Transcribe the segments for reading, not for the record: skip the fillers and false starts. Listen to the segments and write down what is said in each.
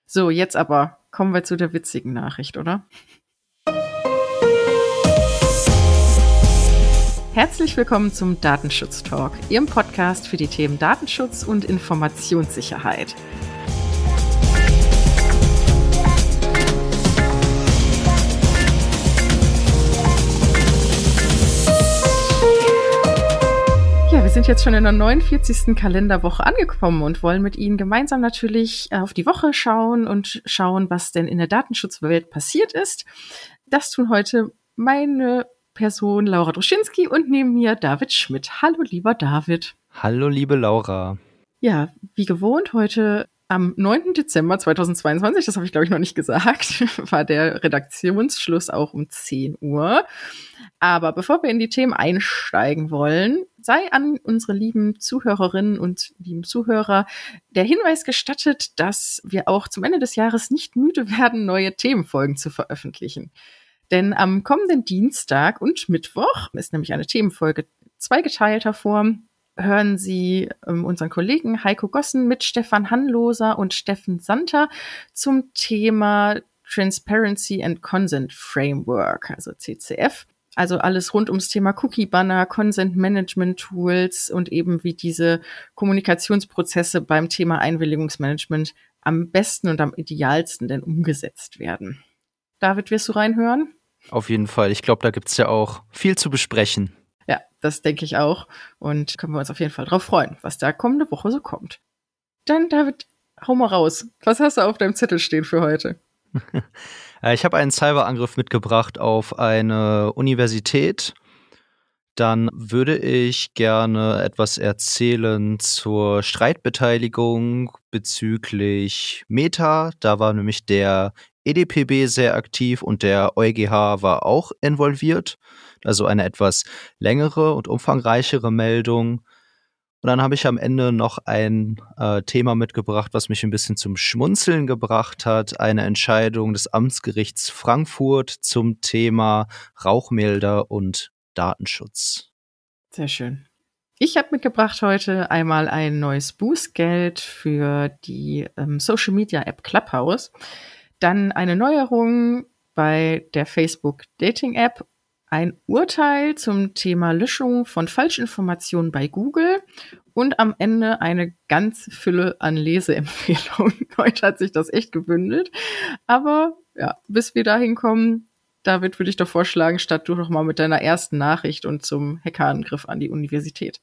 So, jetzt aber kommen wir zu der witzigen Nachricht, oder? Herzlich willkommen zum Datenschutz-Talk, Ihrem Podcast für die Themen Datenschutz und Informationssicherheit. Ja, wir sind jetzt schon in der 49. Kalenderwoche angekommen und wollen mit Ihnen gemeinsam natürlich auf die Woche schauen und schauen, was denn in der Datenschutzwelt passiert ist. Das tun heute meine Person Laura Droschinski und neben mir David Schmidt. Hallo, lieber David. Hallo, liebe Laura. Ja, wie gewohnt, heute am 9. Dezember 2022, das habe ich glaube ich noch nicht gesagt, war der Redaktionsschluss auch um 10 Uhr. Aber bevor wir in die Themen einsteigen wollen, sei an unsere lieben Zuhörerinnen und lieben Zuhörer der Hinweis gestattet, dass wir auch zum Ende des Jahres nicht müde werden, neue Themenfolgen zu veröffentlichen. Denn am kommenden Dienstag und Mittwoch ist nämlich eine Themenfolge zweigeteilter Form. Hören Sie unseren Kollegen Heiko Gossen mit Stefan Hanloser und Steffen Santer zum Thema Transparency and Consent Framework, also CCF. Also alles rund ums Thema Cookie-Banner, Consent-Management-Tools und eben wie diese Kommunikationsprozesse beim Thema Einwilligungsmanagement am besten und am idealsten denn umgesetzt werden. David, wirst du reinhören? Auf jeden Fall. Ich glaube, da gibt es ja auch viel zu besprechen. Ja, das denke ich auch. Und können wir uns auf jeden Fall drauf freuen, was da kommende Woche so kommt. Dann, David, hau mal raus. Was hast du auf deinem Zettel stehen für heute? Ich habe einen Cyberangriff mitgebracht auf eine Universität. Dann würde ich gerne etwas erzählen zur Streitbeteiligung bezüglich Meta. Da war nämlich der EDPB sehr aktiv und der EuGH war auch involviert. Also eine etwas längere und umfangreichere Meldung. Und dann habe ich am Ende noch ein Thema mitgebracht, was mich ein bisschen zum Schmunzeln gebracht hat. Eine Entscheidung des Amtsgerichts Frankfurt zum Thema Rauchmelder und Datenschutz. Sehr schön. Ich habe mitgebracht heute einmal ein neues Bußgeld für die Social Media App Clubhouse. Dann eine Neuerung bei der Facebook Dating App. Ein Urteil zum Thema Löschung von Falschinformationen bei Google und am Ende eine ganze Fülle an Leseempfehlungen. Heute hat sich das echt gebündelt. Aber ja, bis wir dahin kommen, David, würde ich doch vorschlagen, start du doch mal mit deiner ersten Nachricht und zum Hackerangriff an die Universität.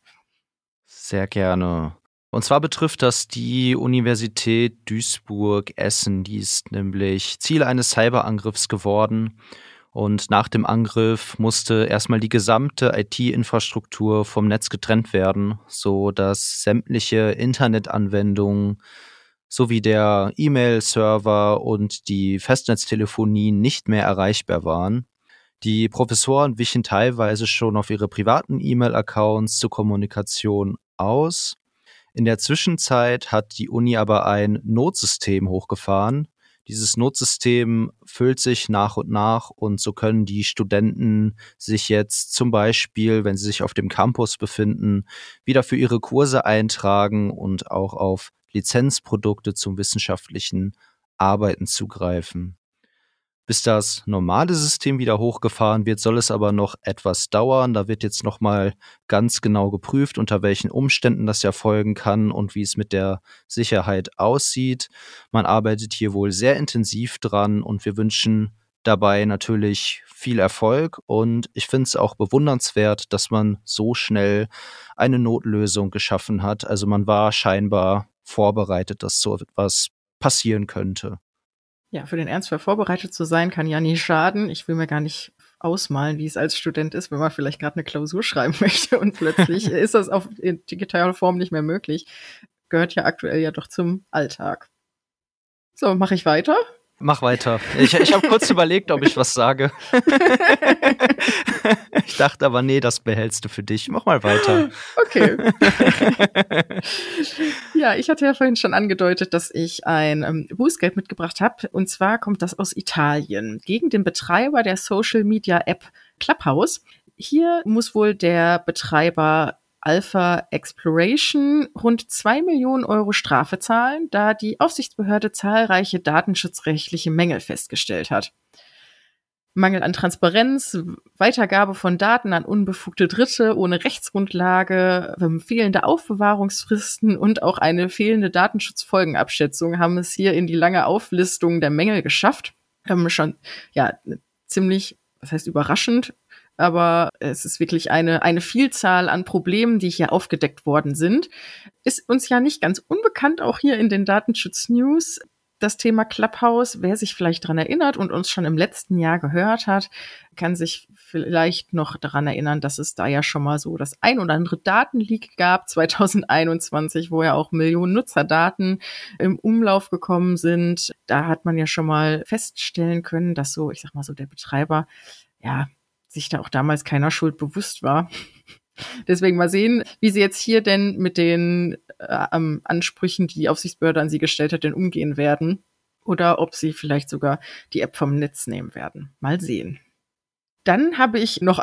Sehr gerne. Und zwar betrifft das die Universität Duisburg-Essen. Die ist nämlich Ziel eines Cyberangriffs geworden. Und nach dem Angriff musste erstmal die gesamte IT-Infrastruktur vom Netz getrennt werden, so dass sämtliche Internetanwendungen sowie der E-Mail-Server und die Festnetztelefonie nicht mehr erreichbar waren. Die Professoren wichen teilweise schon auf ihre privaten E-Mail-Accounts zur Kommunikation aus. In der Zwischenzeit hat die Uni aber ein Notsystem hochgefahren. Dieses Notsystem füllt sich nach und nach und so können die Studenten sich jetzt zum Beispiel, wenn sie sich auf dem Campus befinden, wieder für ihre Kurse eintragen und auch auf Lizenzprodukte zum wissenschaftlichen Arbeiten zugreifen. Bis das normale System wieder hochgefahren wird, soll es aber noch etwas dauern. Da wird jetzt nochmal ganz genau geprüft, unter welchen Umständen das erfolgen kann und wie es mit der Sicherheit aussieht. Man arbeitet hier wohl sehr intensiv dran und wir wünschen dabei natürlich viel Erfolg. Und ich finde es auch bewundernswert, dass man so schnell eine Notlösung geschaffen hat. Also man war scheinbar vorbereitet, dass so etwas passieren könnte. Ja, für den Ernstfall vorbereitet zu sein, kann ja nie schaden. Ich will mir gar nicht ausmalen, wie es als Student ist, wenn man vielleicht gerade eine Klausur schreiben möchte und plötzlich ist das in digitaler Form nicht mehr möglich. Gehört ja aktuell ja doch zum Alltag. So, mache ich weiter? Mach weiter. Ich habe kurz überlegt, ob ich was sage. Ich dachte aber, nee, das behältst du für dich. Mach mal weiter. Okay. Ja, ich hatte ja vorhin schon angedeutet, dass ich ein Bußgeld mitgebracht habe. Und zwar kommt das aus Italien gegen den Betreiber der Social Media App Clubhouse. Hier muss wohl der Betreiber Alpha Exploration rund 2 Millionen Euro Strafe zahlen, da die Aufsichtsbehörde zahlreiche datenschutzrechtliche Mängel festgestellt hat. Mangel an Transparenz, Weitergabe von Daten an unbefugte Dritte ohne Rechtsgrundlage, fehlende Aufbewahrungsfristen und auch eine fehlende Datenschutzfolgenabschätzung haben es hier in die lange Auflistung der Mängel geschafft. Schon ziemlich, was heißt überraschend, aber es ist wirklich eine Vielzahl an Problemen, die hier aufgedeckt worden sind. Ist uns ja nicht ganz unbekannt, auch hier in den Datenschutz-News. Das Thema Clubhouse, wer sich vielleicht daran erinnert und uns schon im letzten Jahr gehört hat, kann sich vielleicht noch daran erinnern, dass es da ja schon mal so das ein oder andere Datenleak gab, 2021, wo ja auch Millionen Nutzerdaten im Umlauf gekommen sind. Da hat man ja schon mal feststellen können, dass so, ich sag mal so, der Betreiber, ja, sich da auch damals keiner Schuld bewusst war. Deswegen mal sehen, wie sie jetzt hier denn mit den Ansprüchen, die die Aufsichtsbehörde an sie gestellt hat, denn umgehen werden. Oder ob sie vielleicht sogar die App vom Netz nehmen werden. Mal sehen. Dann habe ich noch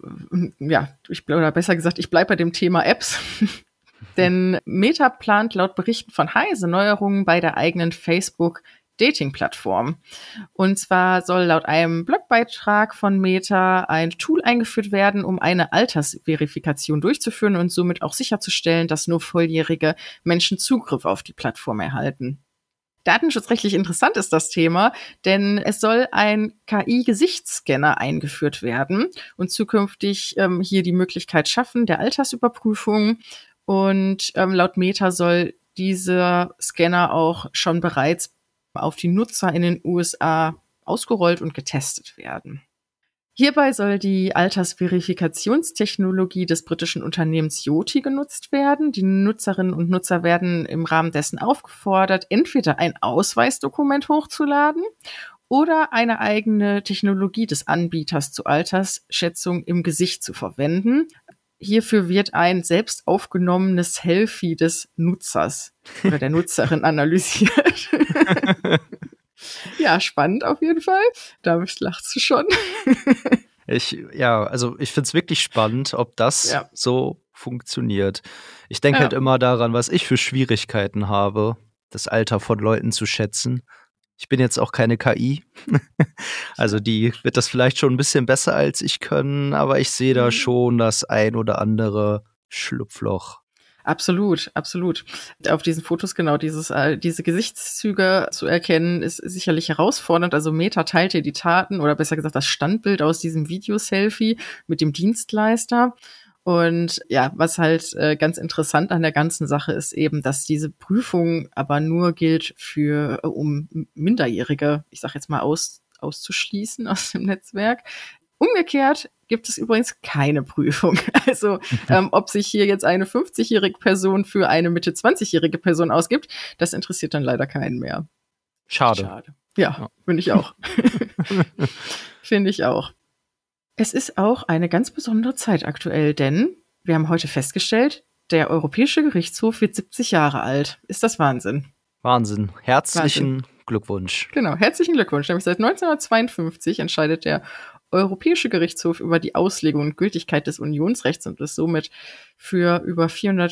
oder besser gesagt, ich bleibe bei dem Thema Apps. Denn Meta plant laut Berichten von Heise Neuerungen bei der eigenen Facebook-Dating-Plattform. Und zwar soll laut einem Blogbeitrag von Meta ein Tool eingeführt werden, um eine Altersverifikation durchzuführen und somit auch sicherzustellen, dass nur volljährige Menschen Zugriff auf die Plattform erhalten. Datenschutzrechtlich interessant ist das Thema, denn es soll ein KI-Gesichtsscanner eingeführt werden und zukünftig hier die Möglichkeit schaffen der Altersüberprüfung. Und laut Meta soll dieser Scanner auch schon bereits auf die Nutzer in den USA ausgerollt und getestet werden. Hierbei soll die Altersverifikationstechnologie des britischen Unternehmens Yoti genutzt werden. Die Nutzerinnen und Nutzer werden im Rahmen dessen aufgefordert, entweder ein Ausweisdokument hochzuladen oder eine eigene Technologie des Anbieters zur Altersschätzung im Gesicht zu verwenden. Hierfür wird ein selbst aufgenommenes Selfie des Nutzers oder der Nutzerin analysiert. Ja, spannend auf jeden Fall. Damit lachst du schon. Ich finde es wirklich spannend, ob das so funktioniert. Ich denke halt immer daran, was ich für Schwierigkeiten habe, das Alter von Leuten zu schätzen. Ich bin jetzt auch keine KI. Also die wird das vielleicht schon ein bisschen besser als ich können, aber ich sehe da schon das ein oder andere Schlupfloch. Absolut, absolut. Auf diesen Fotos genau diese Gesichtszüge zu erkennen, ist sicherlich herausfordernd. Also Meta teilt hier die Taten oder besser gesagt das Standbild aus diesem Videoselfie mit dem Dienstleister. Und ja, was halt ganz interessant an der ganzen Sache ist eben, dass diese Prüfung aber nur gilt um Minderjährige, ich sag jetzt mal, auszuschließen aus dem Netzwerk. Umgekehrt gibt es übrigens keine Prüfung. Also ob sich hier jetzt eine 50-jährige Person für eine Mitte 20-jährige Person ausgibt, das interessiert dann leider keinen mehr. Schade. Ja, finde ich auch. Finde ich auch. Es ist auch eine ganz besondere Zeit aktuell, denn wir haben heute festgestellt, der Europäische Gerichtshof wird 70 Jahre alt. Ist das Wahnsinn? Wahnsinn. Herzlichen Glückwunsch. Genau, herzlichen Glückwunsch. Nämlich seit 1952 entscheidet der Europäische Gerichtshof über die Auslegung und Gültigkeit des Unionsrechts und ist somit für über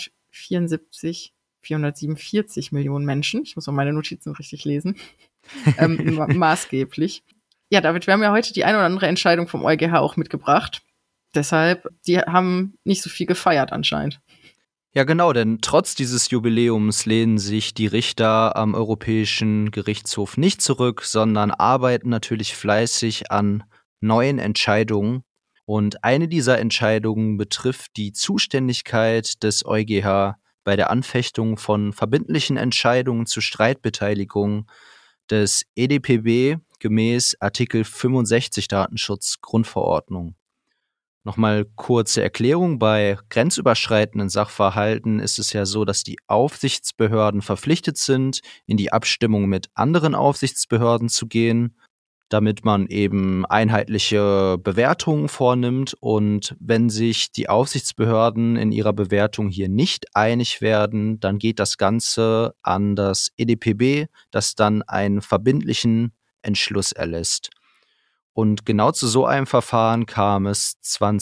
447 Millionen Menschen, ich muss mal meine Notizen richtig lesen, maßgeblich. Ja, David, wir haben ja heute die eine oder andere Entscheidung vom EuGH auch mitgebracht. Deshalb, die haben nicht so viel gefeiert anscheinend. Ja, genau, denn trotz dieses Jubiläums lehnen sich die Richter am Europäischen Gerichtshof nicht zurück, sondern arbeiten natürlich fleißig an neuen Entscheidungen. Und eine dieser Entscheidungen betrifft die Zuständigkeit des EuGH bei der Anfechtung von verbindlichen Entscheidungen zur Streitbeteiligung des EDPB gemäß Artikel 65 Datenschutzgrundverordnung. Nochmal kurze Erklärung. Bei grenzüberschreitenden Sachverhalten ist es ja so, dass die Aufsichtsbehörden verpflichtet sind, in die Abstimmung mit anderen Aufsichtsbehörden zu gehen, damit man eben einheitliche Bewertungen vornimmt. Und wenn sich die Aufsichtsbehörden in ihrer Bewertung hier nicht einig werden, dann geht das Ganze an das EDPB, das dann einen verbindlichen Entschluss erlässt. Und genau zu so einem Verfahren kam es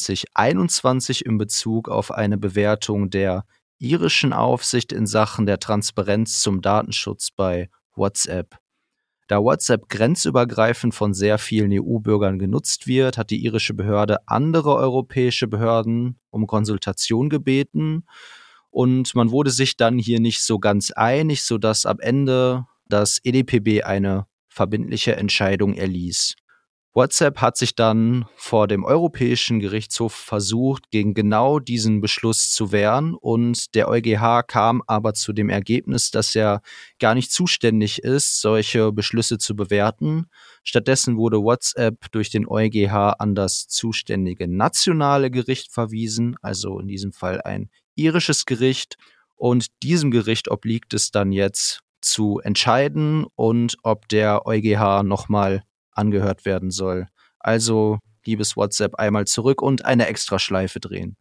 2021 in Bezug auf eine Bewertung der irischen Aufsicht in Sachen der Transparenz zum Datenschutz bei WhatsApp. Da WhatsApp grenzübergreifend von sehr vielen EU-Bürgern genutzt wird, hat die irische Behörde andere europäische Behörden um Konsultation gebeten. Und man wurde sich dann hier nicht so ganz einig, sodass am Ende das EDPB eine verbindliche Entscheidung erließ. WhatsApp hat sich dann vor dem Europäischen Gerichtshof versucht, gegen genau diesen Beschluss zu wehren, und der EuGH kam aber zu dem Ergebnis, dass er gar nicht zuständig ist, solche Beschlüsse zu bewerten. Stattdessen wurde WhatsApp durch den EuGH an das zuständige nationale Gericht verwiesen, also in diesem Fall ein irisches Gericht, und diesem Gericht obliegt es dann jetzt zu entscheiden und ob der EuGH nochmal angehört werden soll. Also, liebes WhatsApp, einmal zurück und eine Extraschleife drehen.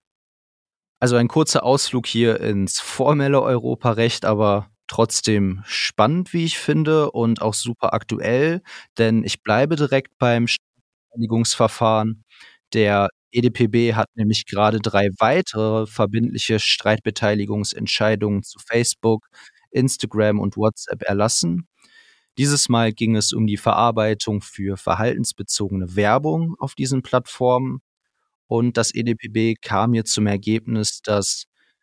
Also ein kurzer Ausflug hier ins formelle Europarecht, aber trotzdem spannend, wie ich finde, und auch super aktuell, denn ich bleibe direkt beim Streitbeteiligungsverfahren. Der EDPB hat nämlich gerade 3 weitere verbindliche Streitbeteiligungsentscheidungen zu Facebook, Instagram und WhatsApp erlassen. Dieses Mal ging es um die Verarbeitung für verhaltensbezogene Werbung auf diesen Plattformen, und das EDPB kam hier zum Ergebnis, dass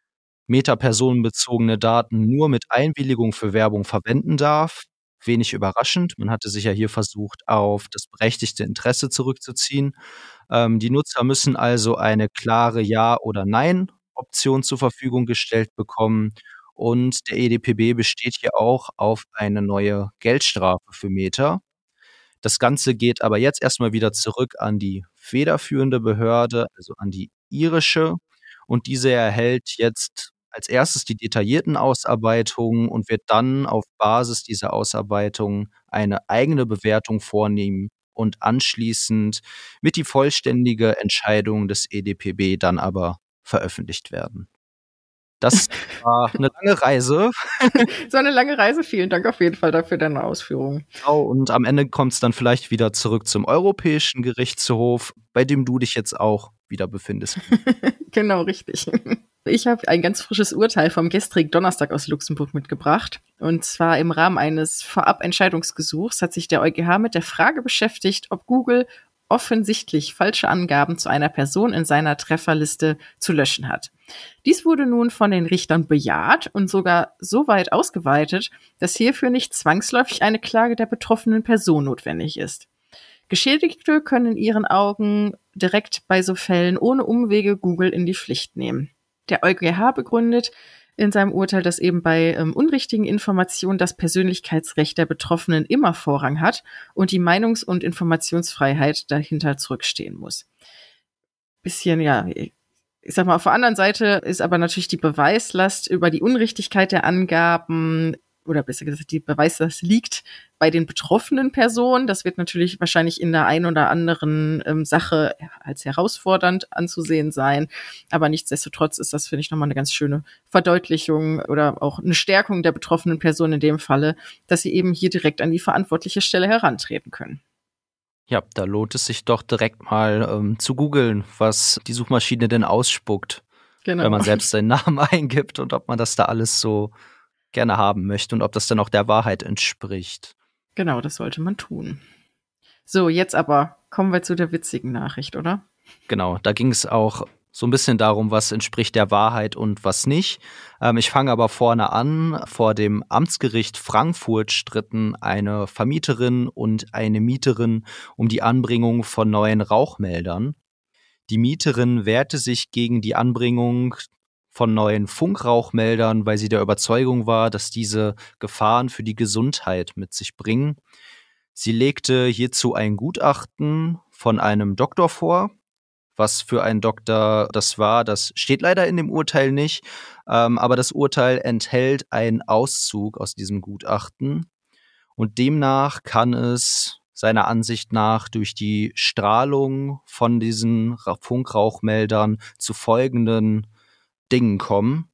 Meta personenbezogene Daten nur mit Einwilligung für Werbung verwenden darf. Wenig überraschend, man hatte sich ja hier versucht, auf das berechtigte Interesse zurückzuziehen. Die Nutzer müssen also eine klare Ja- oder Nein-Option zur Verfügung gestellt bekommen, und der EDPB besteht hier auch auf eine neue Geldstrafe für Meta. Das Ganze geht aber jetzt erstmal wieder zurück an die federführende Behörde, also an die irische, und diese erhält jetzt als erstes die detaillierten Ausarbeitungen und wird dann auf Basis dieser Ausarbeitungen eine eigene Bewertung vornehmen und anschließend wird die vollständige Entscheidung des EDPB dann aber veröffentlicht werden. Das war 'ne lange Reise. So eine lange Reise. Vielen Dank auf jeden Fall dafür deine Ausführungen. Genau, und am Ende kommt's dann vielleicht wieder zurück zum Europäischen Gerichtshof, bei dem du dich jetzt auch wieder befindest. Genau, richtig. Ich habe ein ganz frisches Urteil vom gestrigen Donnerstag aus Luxemburg mitgebracht. Und zwar im Rahmen eines Vorab-Entscheidungsgesuchs hat sich der EuGH mit der Frage beschäftigt, ob Google offensichtlich falsche Angaben zu einer Person in seiner Trefferliste zu löschen hat. Dies wurde nun von den Richtern bejaht und sogar so weit ausgeweitet, dass hierfür nicht zwangsläufig eine Klage der betroffenen Person notwendig ist. Geschädigte können in ihren Augen direkt bei so Fällen ohne Umwege Google in die Pflicht nehmen. Der EuGH begründet in seinem Urteil, dass eben bei unrichtigen Informationen das Persönlichkeitsrecht der Betroffenen immer Vorrang hat und die Meinungs- und Informationsfreiheit dahinter zurückstehen muss. Bisschen, ja, ich sag mal, auf der anderen Seite ist aber natürlich die Beweislast über die Unrichtigkeit der Angaben, oder besser gesagt, die Beweislast liegt bei den betroffenen Personen. Das wird natürlich wahrscheinlich in der einen oder anderen Sache als herausfordernd anzusehen sein. Aber nichtsdestotrotz ist das, finde ich, nochmal eine ganz schöne Verdeutlichung oder auch eine Stärkung der betroffenen Person in dem Falle, dass sie eben hier direkt an die verantwortliche Stelle herantreten können. Ja, da lohnt es sich doch direkt mal zu googeln, was die Suchmaschine denn ausspuckt, wenn Genau. man selbst seinen Namen eingibt, und ob man das da alles so gerne haben möchte und ob das dann auch der Wahrheit entspricht. Genau, das sollte man tun. So, jetzt aber kommen wir zu der witzigen Nachricht, oder? Genau, da ging es auch so ein bisschen darum, was entspricht der Wahrheit und was nicht. Ich fange aber vorne an. Vor dem Amtsgericht Frankfurt stritten eine Vermieterin und eine Mieterin um die Anbringung von neuen Rauchmeldern. Die Mieterin wehrte sich gegen die Anbringung von neuen Funkrauchmeldern, weil sie der Überzeugung war, dass diese Gefahren für die Gesundheit mit sich bringen. Sie legte hierzu ein Gutachten von einem Doktor vor. Was für ein Doktor das war, das steht leider in dem Urteil nicht, aber das Urteil enthält einen Auszug aus diesem Gutachten. Und demnach kann es seiner Ansicht nach durch die Strahlung von diesen Funkrauchmeldern zu folgenden Dingen kommen.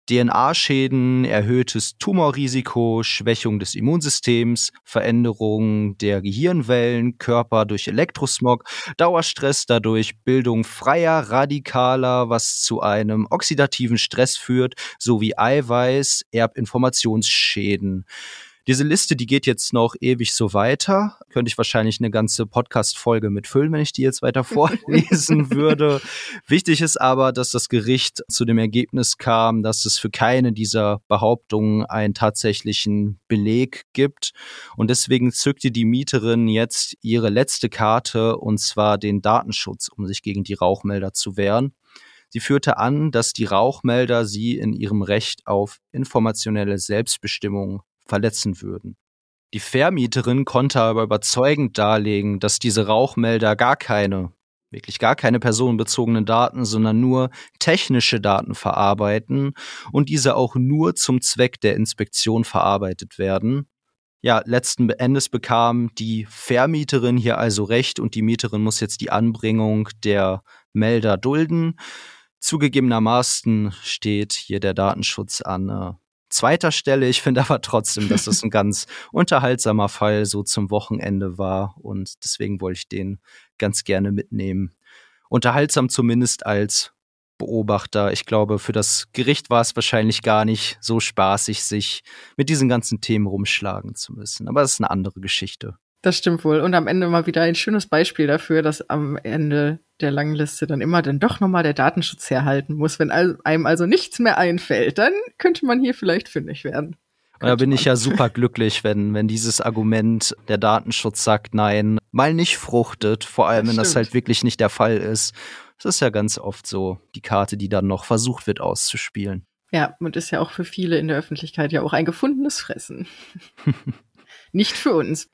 DNA-Schäden, erhöhtes Tumorrisiko, Schwächung des Immunsystems, Veränderung der Gehirnwellen, Körper durch Elektrosmog, Dauerstress dadurch, Bildung freier Radikaler, was zu einem oxidativen Stress führt, sowie Eiweiß, Erbinformationsschäden. Diese Liste, die geht jetzt noch ewig so weiter. Könnte ich wahrscheinlich eine ganze Podcast-Folge mitfüllen, wenn ich die jetzt weiter vorlesen würde. Wichtig ist aber, dass das Gericht zu dem Ergebnis kam, dass es für keine dieser Behauptungen einen tatsächlichen Beleg gibt. Und deswegen zückte die Mieterin jetzt ihre letzte Karte, und zwar den Datenschutz, um sich gegen die Rauchmelder zu wehren. Sie führte an, dass die Rauchmelder sie in ihrem Recht auf informationelle Selbstbestimmung verletzen würden. Die Vermieterin konnte aber überzeugend darlegen, dass diese Rauchmelder wirklich gar keine personenbezogenen Daten, sondern nur technische Daten verarbeiten und diese auch nur zum Zweck der Inspektion verarbeitet werden. Ja, letzten Endes bekam die Vermieterin hier also recht und die Mieterin muss jetzt die Anbringung der Melder dulden. Zugegebenermaßen steht hier der Datenschutz an zweiter Stelle. Ich finde aber trotzdem, dass es ein ganz unterhaltsamer Fall so zum Wochenende war und deswegen wollte ich den ganz gerne mitnehmen. Unterhaltsam zumindest als Beobachter. Ich glaube, für das Gericht war es wahrscheinlich gar nicht so spaßig, sich mit diesen ganzen Themen rumschlagen zu müssen. Aber das ist eine andere Geschichte. Das stimmt wohl. Und am Ende mal wieder ein schönes Beispiel dafür, dass am Ende der langen Liste dann immer dann doch nochmal der Datenschutz herhalten muss. Wenn einem also nichts mehr einfällt, dann könnte man hier vielleicht fündig werden. Und da bin ich ja super glücklich, wenn dieses Argument, der Datenschutz sagt nein, mal nicht fruchtet. Vor allem, wenn das halt wirklich nicht der Fall ist. Das ist ja ganz oft so die Karte, die dann noch versucht wird auszuspielen. Ja, und ist ja auch für viele in der Öffentlichkeit ja auch ein gefundenes Fressen. Nicht für uns.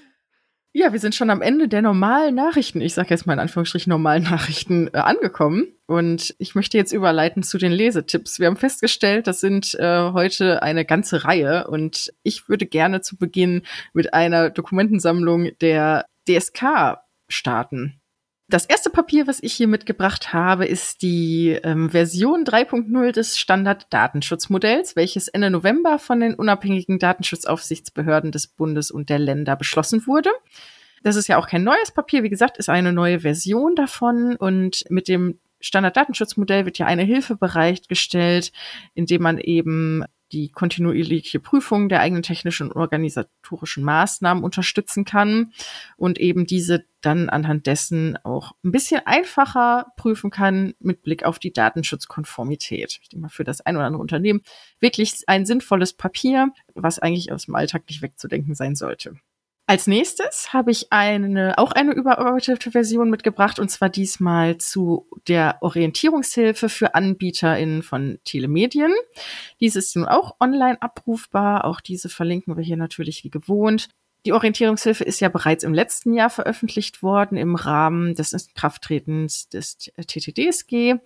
Ja, wir sind schon am Ende der normalen Nachrichten, ich sage jetzt mal in Anführungsstrichen normalen Nachrichten, angekommen. Und ich möchte jetzt überleiten zu den Lesetipps. Wir haben festgestellt, das sind heute eine ganze Reihe. Und ich würde gerne zu Beginn mit einer Dokumentensammlung der DSK starten. Das erste Papier, was ich hier mitgebracht habe, ist die Version 3.0 des Standard-Datenschutzmodells, welches Ende November von den unabhängigen Datenschutzaufsichtsbehörden des Bundes und der Länder beschlossen wurde. Das ist ja auch kein neues Papier, wie gesagt, ist eine neue Version davon. Und mit dem Standard-Datenschutzmodell wird ja eine Hilfe bereitgestellt, indem man eben die kontinuierliche Prüfung der eigenen technischen und organisatorischen Maßnahmen unterstützen kann und eben diese dann anhand dessen auch ein bisschen einfacher prüfen kann mit Blick auf die Datenschutzkonformität. Ich denke mal, für das ein oder andere Unternehmen wirklich ein sinnvolles Papier, was eigentlich aus dem Alltag nicht wegzudenken sein sollte. Als nächstes habe ich auch eine überarbeitete Version mitgebracht, und zwar diesmal zu der Orientierungshilfe für AnbieterInnen von Telemedien. Diese ist nun auch online abrufbar. Auch diese verlinken wir hier natürlich wie gewohnt. Die Orientierungshilfe ist ja bereits im letzten Jahr veröffentlicht worden im Rahmen des Inkrafttretens des TTDSG.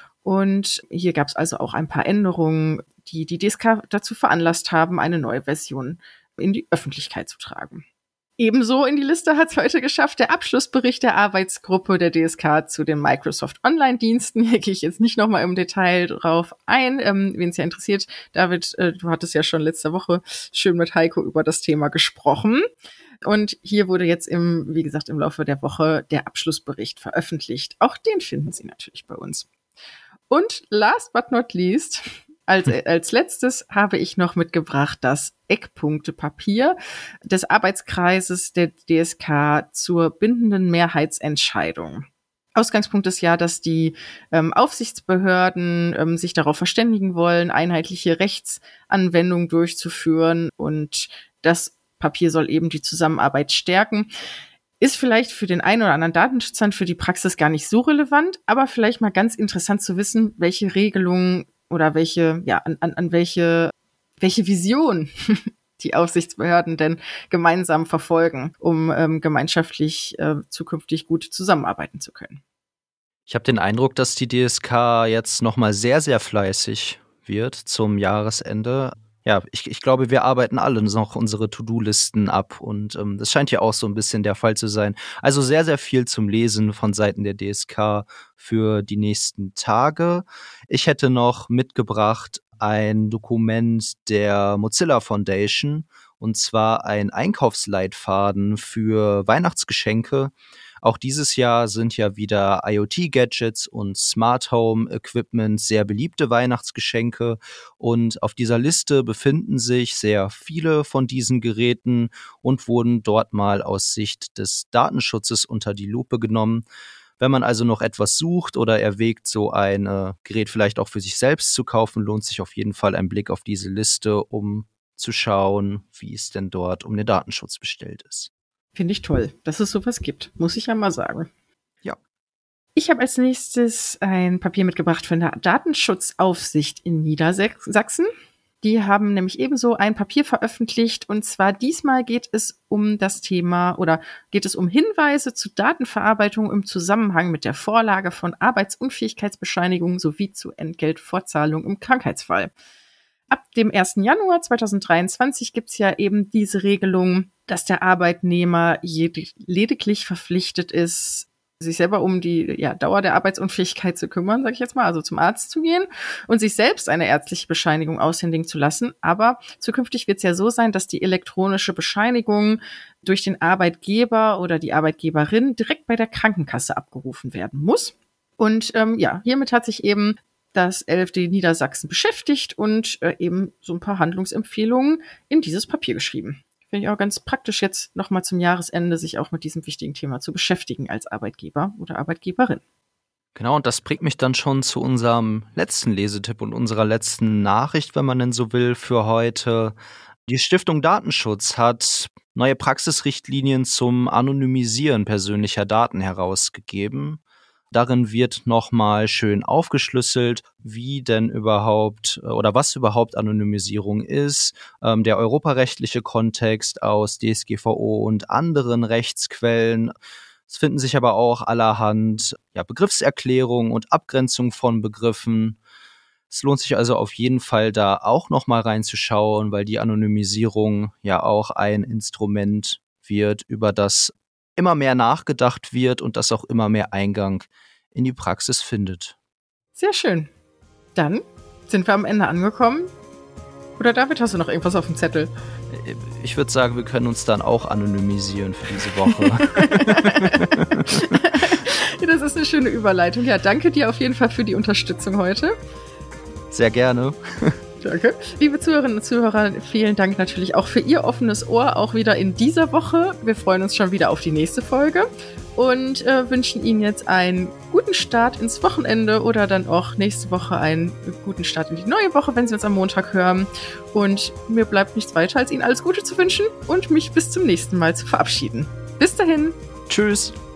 Und hier gab es also auch ein paar Änderungen, die die DSK dazu veranlasst haben, eine neue Version in die Öffentlichkeit zu tragen. Ebenso in die Liste hat es heute geschafft der Abschlussbericht der Arbeitsgruppe der DSK zu den Microsoft Online-Diensten. Hier gehe ich jetzt nicht nochmal im Detail drauf ein. Wen es ja interessiert, David, du hattest ja schon letzte Woche schön mit Heiko über das Thema gesprochen. Und hier wurde jetzt wie gesagt, im Laufe der Woche der Abschlussbericht veröffentlicht. Auch den finden Sie natürlich bei uns. Und last but not least, als letztes habe ich noch mitgebracht das Eckpunktepapier des Arbeitskreises der DSK zur bindenden Mehrheitsentscheidung. Ausgangspunkt ist ja, dass die Aufsichtsbehörden sich darauf verständigen wollen, einheitliche Rechtsanwendung durchzuführen, und das Papier soll eben die Zusammenarbeit stärken. Ist vielleicht für den einen oder anderen Datenschützer für die Praxis gar nicht so relevant, aber vielleicht mal ganz interessant zu wissen, welche Regelungen oder welche Vision die Aufsichtsbehörden denn gemeinsam verfolgen, um gemeinschaftlich zukünftig gut zusammenarbeiten zu können. Ich habe den Eindruck, dass die DSK jetzt nochmal sehr, sehr fleißig wird zum Jahresende. Ja, ich glaube, wir arbeiten alle noch unsere To-Do-Listen ab und das scheint ja auch so ein bisschen der Fall zu sein. Also sehr, sehr viel zum Lesen von Seiten der DSK für die nächsten Tage. Ich hätte noch mitgebracht ein Dokument der Mozilla Foundation, und zwar ein Einkaufsleitfaden für Weihnachtsgeschenke. Auch dieses Jahr sind ja wieder IoT-Gadgets und Smart Home Equipment sehr beliebte Weihnachtsgeschenke. Und auf dieser Liste befinden sich sehr viele von diesen Geräten und wurden dort mal aus Sicht des Datenschutzes unter die Lupe genommen. Wenn man also noch etwas sucht oder erwägt, so ein Gerät vielleicht auch für sich selbst zu kaufen, lohnt sich auf jeden Fall ein Blick auf diese Liste, um zu schauen, wie es denn dort um den Datenschutz bestellt ist. Finde ich toll, dass es sowas gibt, muss ich ja mal sagen. Ja. Ich habe als nächstes ein Papier mitgebracht von der Datenschutzaufsicht in Niedersachsen. Die haben nämlich ebenso ein Papier veröffentlicht, und zwar diesmal geht es um das Thema oder geht es um Hinweise zu Datenverarbeitung im Zusammenhang mit der Vorlage von Arbeitsunfähigkeitsbescheinigungen sowie zu Entgeltfortzahlung im Krankheitsfall. Ab dem 1. Januar 2023 gibt es ja eben diese Regelung, dass der Arbeitnehmer lediglich verpflichtet ist, sich selber um die Dauer der Arbeitsunfähigkeit zu kümmern, sage ich jetzt mal, also zum Arzt zu gehen und sich selbst eine ärztliche Bescheinigung aushändigen zu lassen. Aber zukünftig wird es ja so sein, dass die elektronische Bescheinigung durch den Arbeitgeber oder die Arbeitgeberin direkt bei der Krankenkasse abgerufen werden muss. Und hiermit hat sich eben das LFD Niedersachsen beschäftigt und eben so ein paar Handlungsempfehlungen in dieses Papier geschrieben. Finde ich auch ganz praktisch, jetzt nochmal zum Jahresende sich auch mit diesem wichtigen Thema zu beschäftigen als Arbeitgeber oder Arbeitgeberin. Genau, und das bringt mich dann schon zu unserem letzten Lesetipp und unserer letzten Nachricht, wenn man denn so will, für heute. Die Stiftung Datenschutz hat neue Praxisrichtlinien zum Anonymisieren persönlicher Daten herausgegeben. Darin wird nochmal schön aufgeschlüsselt, wie denn überhaupt oder was überhaupt Anonymisierung ist, der europarechtliche Kontext aus DSGVO und anderen Rechtsquellen. Es finden sich aber auch allerhand Begriffserklärungen und Abgrenzung von Begriffen. Es lohnt sich also auf jeden Fall, da auch nochmal reinzuschauen, weil die Anonymisierung ja auch ein Instrument wird, über das immer mehr nachgedacht wird und das auch immer mehr Eingang in die Praxis findet. Sehr schön. Dann sind wir am Ende angekommen. Oder David, hast du noch irgendwas auf dem Zettel? Ich würde sagen, wir können uns dann auch anonymisieren für diese Woche. Das ist eine schöne Überleitung. Ja, danke dir auf jeden Fall für die Unterstützung heute. Sehr gerne. Danke. Liebe Zuhörerinnen und Zuhörer, vielen Dank natürlich auch für Ihr offenes Ohr, auch wieder in dieser Woche. Wir freuen uns schon wieder auf die nächste Folge und wünschen Ihnen jetzt einen guten Start ins Wochenende oder dann auch nächste Woche einen guten Start in die neue Woche, wenn Sie uns am Montag hören. Und mir bleibt nichts weiter, als Ihnen alles Gute zu wünschen und mich bis zum nächsten Mal zu verabschieden. Bis dahin. Tschüss.